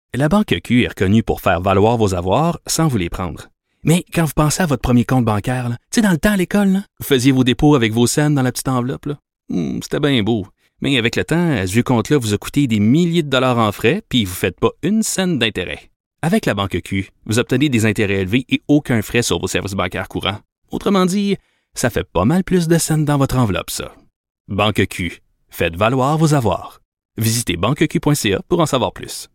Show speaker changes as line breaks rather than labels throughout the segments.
La Banque Q est reconnue pour faire valoir vos avoirs sans vous les prendre. Mais quand vous pensez à votre premier compte bancaire, tu sais, dans le temps à l'école, là, vous faisiez vos dépôts avec vos scènes dans la petite enveloppe. Là. C'était bien beau. Mais avec le temps, ce vieux compte-là vous a coûté des milliers de dollars en frais, puis vous ne faites pas une scène d'intérêt. Avec la Banque Q, vous obtenez des intérêts élevés et aucun frais sur vos services bancaires courants. Autrement dit, ça fait pas mal plus de scènes dans votre enveloppe, ça. Banque Q. Faites valoir vos avoirs. Visitez banqueq.ca pour en savoir plus.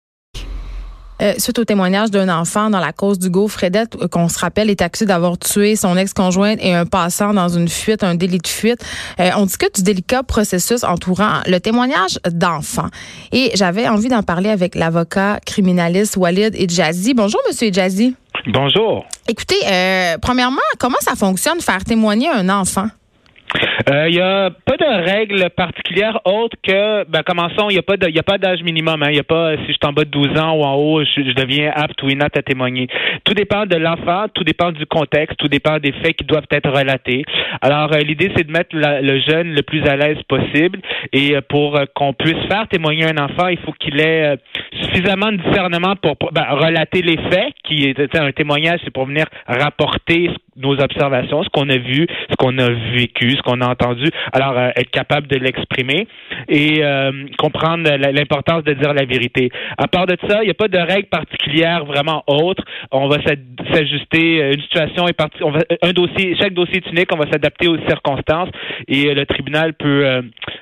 Suite au témoignage d'un enfant dans la cause d'Hugo Fredette, qu'on se rappelle est accusé d'avoir tué son ex-conjointe et un passant dans une fuite, un délit de fuite. On discute du délicat processus entourant le témoignage d'enfants. Et j'avais envie d'en parler avec l'avocat criminaliste Walid Edjazi. Bonjour, Monsieur Edjazi.
Bonjour.
Écoutez, premièrement, comment ça fonctionne faire témoigner un enfant?
Il n'y a pas de règle particulière autre que, commençons, il n'y a pas d'âge minimum. Il n'y a pas, si je suis en bas de 12 ans ou en haut, je deviens apte ou inapte à témoigner. Tout dépend de l'enfant, tout dépend du contexte, tout dépend des faits qui doivent être relatés. Alors, l'idée, c'est de mettre le jeune le plus à l'aise possible. Et pour qu'on puisse faire témoigner un enfant, il faut qu'il ait suffisamment de discernement pour relater les faits, qui est un témoignage, c'est pour venir rapporter nos observations, ce qu'on a vu, ce qu'on a vécu, ce qu'on a entendu. Alors, être capable de l'exprimer et comprendre l'importance de dire la vérité. À part de ça, il n'y a pas de règle particulière vraiment autre. On va s'ajuster. Une situation est partie. Chaque dossier est unique. On va s'adapter aux circonstances et le tribunal peut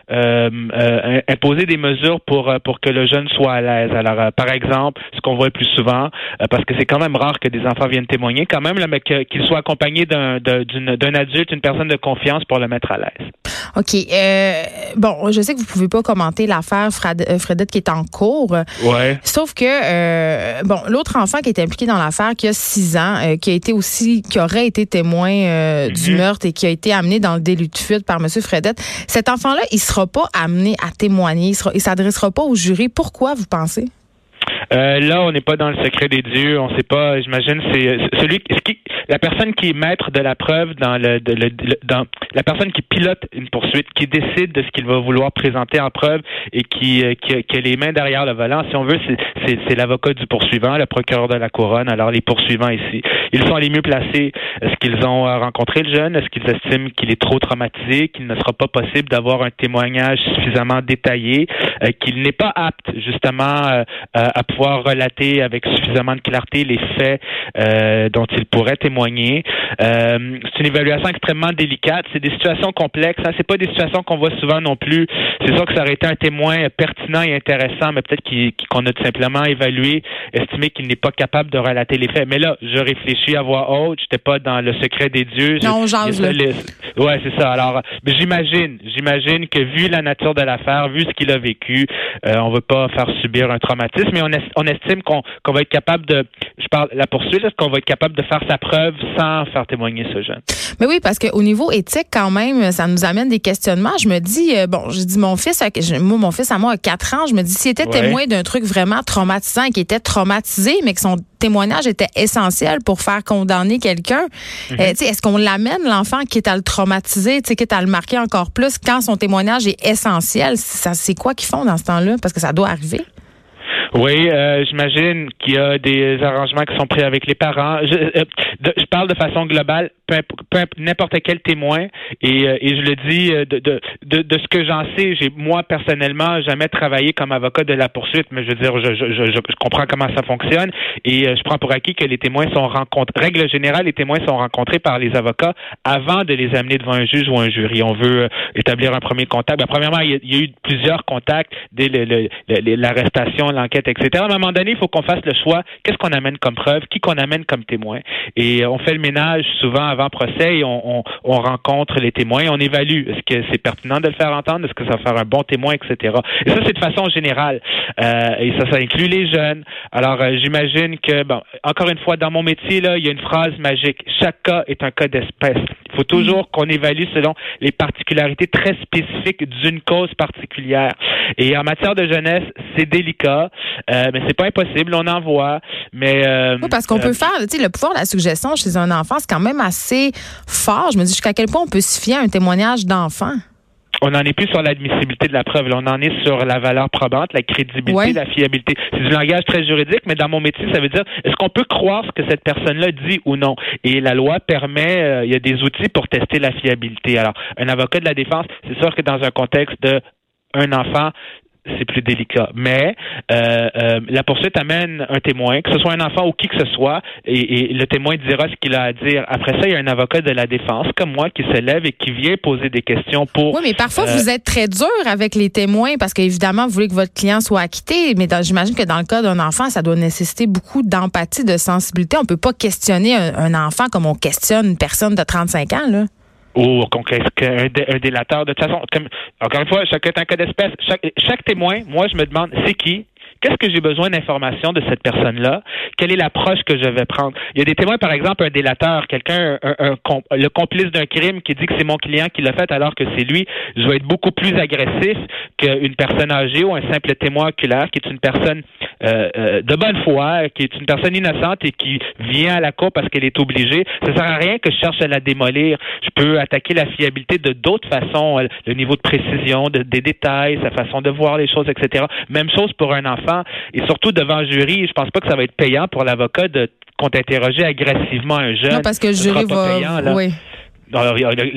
imposer des mesures pour que le jeune soit à l'aise. Alors, par exemple, ce qu'on voit le plus souvent, parce que c'est quand même rare que des enfants viennent témoigner, quand même, mais qu'il soit accompagné d'un adulte, une personne de confiance pour le mettre à l'aise.
OK. Bon, je sais que vous pouvez pas commenter l'affaire Fredette qui est en cours.
Ouais.
Sauf que, l'autre enfant qui est impliqué dans l'affaire, qui a 6 ans, qui aurait été témoin du meurtre et qui a été amené dans le délit de fuite par M. Fredette, cet enfant-là, il sera pas amené à témoigner. Il s'adressera pas au jury. Pourquoi, vous pensez?
Là, on n'est pas dans le secret des dieux. On sait pas. J'imagine c'est la personne qui est maître de la preuve dans dans la personne qui pilote une poursuite, qui décide de ce qu'il va vouloir présenter en preuve et qui a les mains derrière le volant. Si on veut, c'est l'avocat du poursuivant, le procureur de la couronne. Alors les poursuivants ici, ils sont les mieux placés. Est-ce qu'ils ont rencontré le jeune? Est-ce qu'ils estiment qu'il est trop traumatisé, qu'il ne sera pas possible d'avoir un témoignage suffisamment détaillé, qu'il n'est pas apte justement à pouvoir relater avec suffisamment de clarté les faits dont il pourrait témoigner. C'est une évaluation extrêmement délicate. C'est des situations complexes. C'est pas des situations qu'on voit souvent non plus. C'est sûr que ça aurait été un témoin pertinent et intéressant, mais peut-être qu'on a tout simplement évalué, estimé qu'il n'est pas capable de relater les faits. Mais là, je réfléchis à voix haute. J'étais pas dans le secret des dieux.
Non, on jase, là.
Ouais, c'est ça. Alors, j'imagine que vu la nature de l'affaire, vu ce qu'il a vécu, on veut pas faire subir un traumatisme, mais on estime qu'on va être capable la poursuite, est-ce qu'on va être capable de faire sa preuve sans faire témoigner ce jeune?
Mais oui, parce qu'au niveau éthique, quand même, ça nous amène des questionnements. Je me dis, mon fils à moi a 4 ans, je me dis, s'il était témoin d'un truc vraiment traumatisant et qui était traumatisé, mais que son témoignage était essentiel pour faire condamner quelqu'un, est-ce qu'on l'amène, l'enfant, quitte à le traumatiser, quitte à le marquer encore plus, quand son témoignage est essentiel? C'est quoi qu'ils font dans ce temps-là? Parce que ça doit arriver.
Oui, j'imagine qu'il y a des arrangements qui sont pris avec les parents. Je parle de façon globale, n'importe quel témoin, et je le dis de ce que j'en sais. J'ai moi personnellement jamais travaillé comme avocat de la poursuite, mais je veux dire, je comprends comment ça fonctionne et je prends pour acquis que les témoins sont rencontrés. Règle générale, les témoins sont rencontrés par les avocats avant de les amener devant un juge ou un jury. On veut établir un premier contact. Premièrement, il y a eu plusieurs contacts dès l'arrestation, l'enquête, etc. À un moment donné, il faut qu'on fasse le choix. Qu'est-ce qu'on amène comme preuve? Qui qu'on amène comme témoin? Et on fait le ménage souvent avant procès et on rencontre les témoins. On évalue. Est-ce que c'est pertinent de le faire entendre? Est-ce que ça va faire un bon témoin, etc. Et ça, c'est de façon générale. Et ça inclut les jeunes. Alors, j'imagine que, encore une fois, dans mon métier, là, il y a une phrase magique. Chaque cas est un cas d'espèce. Il faut toujours qu'on évalue selon les particularités très spécifiques d'une cause particulière. Et en matière de jeunesse, c'est délicat, mais c'est pas impossible, on en voit. Mais
oui, parce qu'on peut faire, le pouvoir de la suggestion chez un enfant, c'est quand même assez fort. Je me dis jusqu'à quel point on peut se fier à un témoignage d'enfant.
on n'en est plus sur l'admissibilité de la preuve. Là, on en est sur la valeur probante, la crédibilité, la fiabilité. C'est du langage très juridique, mais dans mon métier, ça veut dire est-ce qu'on peut croire ce que cette personne-là dit ou non? Et la loi permet, il y a des outils pour tester la fiabilité. Alors, un avocat de la défense, c'est sûr que dans un contexte de un enfant, c'est plus délicat. Mais la poursuite amène un témoin, que ce soit un enfant ou qui que ce soit, et le témoin dira ce qu'il a à dire. Après ça, il y a un avocat de la défense, comme moi, qui se lève et qui vient poser des questions pour...
Oui, mais parfois, vous êtes très dur avec les témoins parce qu'évidemment, vous voulez que votre client soit acquitté, mais j'imagine que dans le cas d'un enfant, ça doit nécessiter beaucoup d'empathie, de sensibilité. On peut pas questionner un enfant comme on questionne une personne de 35 ans, là.
Ou un délateur. De toute façon, encore une fois, chaque est un cas d'espèce. Chaque témoin, moi, je me demande, c'est qui? Qu'est-ce que j'ai besoin d'informations de cette personne-là? Quelle est l'approche que je vais prendre? Il y a des témoins, par exemple, un délateur, quelqu'un, le complice d'un crime qui dit que c'est mon client qui l'a fait alors que c'est lui. Je vais être beaucoup plus agressif qu'une personne âgée ou un simple témoin oculaire qui est une personne de bonne foi, qui est une personne innocente et qui vient à la cour parce qu'elle est obligée. Ça sert à rien que je cherche à la démolir. Je peux attaquer la fiabilité de d'autres façons, le niveau de précision, des détails, sa façon de voir les choses, etc. Même chose pour un enfant. Et surtout devant un jury, je pense pas que ça va être payant pour l'avocat qu'on t'interroger agressivement un jeune.
Non, parce que le jury va...
Payant, là.
Oui.
Alors,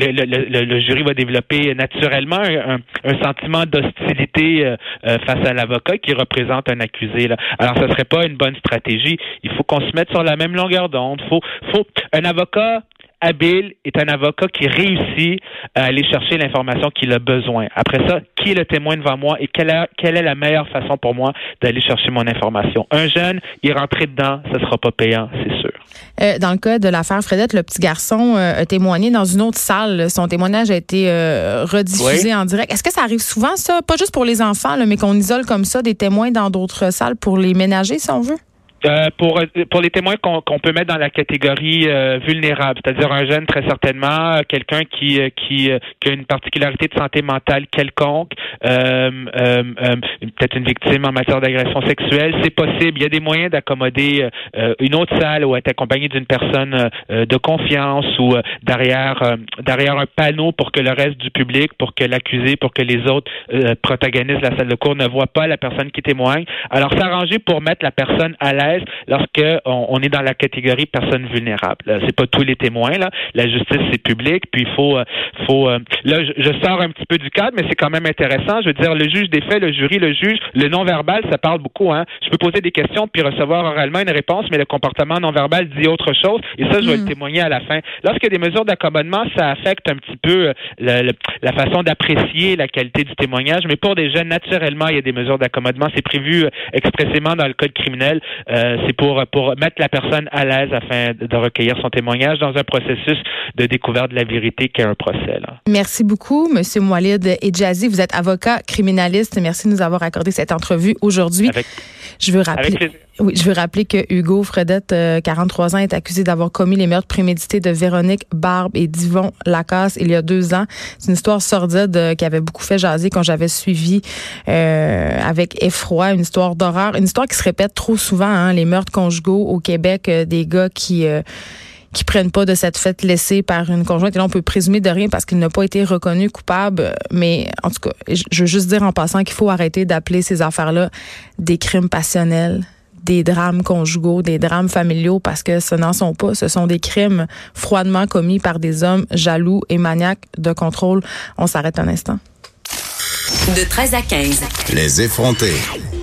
le jury va développer naturellement un sentiment d'hostilité face à l'avocat qui représente un accusé. Là. Alors, ça serait pas une bonne stratégie. Il faut qu'on se mette sur la même longueur d'onde. Un avocat habile est un avocat qui réussit à aller chercher l'information qu'il a besoin. Après ça, qui est le témoin devant moi et quelle est la meilleure façon pour moi d'aller chercher mon information? Un jeune, il est rentré dedans, ça sera pas payant, c'est sûr.
Dans le cas de l'affaire Fredette, le petit garçon a témoigné dans une autre salle. Son témoignage a été rediffusé en direct. Est-ce que ça arrive souvent, ça? Pas juste pour les enfants, là, mais qu'on isole comme ça des témoins dans d'autres salles pour les ménager, si on veut?
Pour les témoins qu'on peut mettre dans la catégorie vulnérable, c'est-à-dire un jeune très certainement, quelqu'un qui a une particularité de santé mentale quelconque, peut-être une victime en matière d'agression sexuelle, c'est possible. Il y a des moyens d'accommoder une autre salle ou être accompagné d'une personne de confiance ou derrière un panneau pour que le reste du public, pour que l'accusé, pour que les autres protagonistes de la salle de cour ne voient pas la personne qui témoigne. Alors s'arranger pour mettre la personne à l'aise lorsque on est dans la catégorie personnes vulnérables. C'est pas tous les témoins là. La justice c'est public, puis il faut là je sors un petit peu du cadre, mais c'est quand même intéressant. Je veux dire, le juge des faits, le jury, le juge, le non-verbal, ça parle beaucoup. Hein. Je peux poser des questions puis recevoir oralement une réponse, mais le comportement non-verbal dit autre chose. Et ça, je vais le témoigner à la fin. Lorsqu'il y a des mesures d'accommodement, ça affecte un petit peu la façon d'apprécier la qualité du témoignage. Mais pour des jeunes, naturellement, il y a des mesures d'accommodement. C'est prévu expressément dans le code criminel. C'est pour mettre la personne à l'aise afin de recueillir son témoignage dans un processus de découverte de la vérité qu'est un procès. Là.
Merci beaucoup, M. Moualid Edjazi. Vous êtes avocat criminaliste. Merci de nous avoir accordé cette entrevue aujourd'hui. Je veux rappeler que Hugo Fredette, 43 ans, est accusé d'avoir commis les meurtres prémédités de Véronique Barbe et d'Yvon Lacasse il y a 2 ans. C'est une histoire sordide qui avait beaucoup fait jaser quand j'avais suivi avec effroi, une histoire d'horreur, une histoire qui se répète trop souvent, hein, les meurtres conjugaux au Québec, des gars qui prennent pas de cette fête laissée par une conjointe. Et là, on peut présumer de rien parce qu'il n'a pas été reconnu coupable. Mais en tout cas, je veux juste dire en passant qu'il faut arrêter d'appeler ces affaires-là des crimes passionnels, des drames conjugaux, des drames familiaux, parce que ce n'en sont pas. Ce sont des crimes froidement commis par des hommes jaloux et maniaques de contrôle. On s'arrête un instant.
De 13 à 15.
Les effrontés.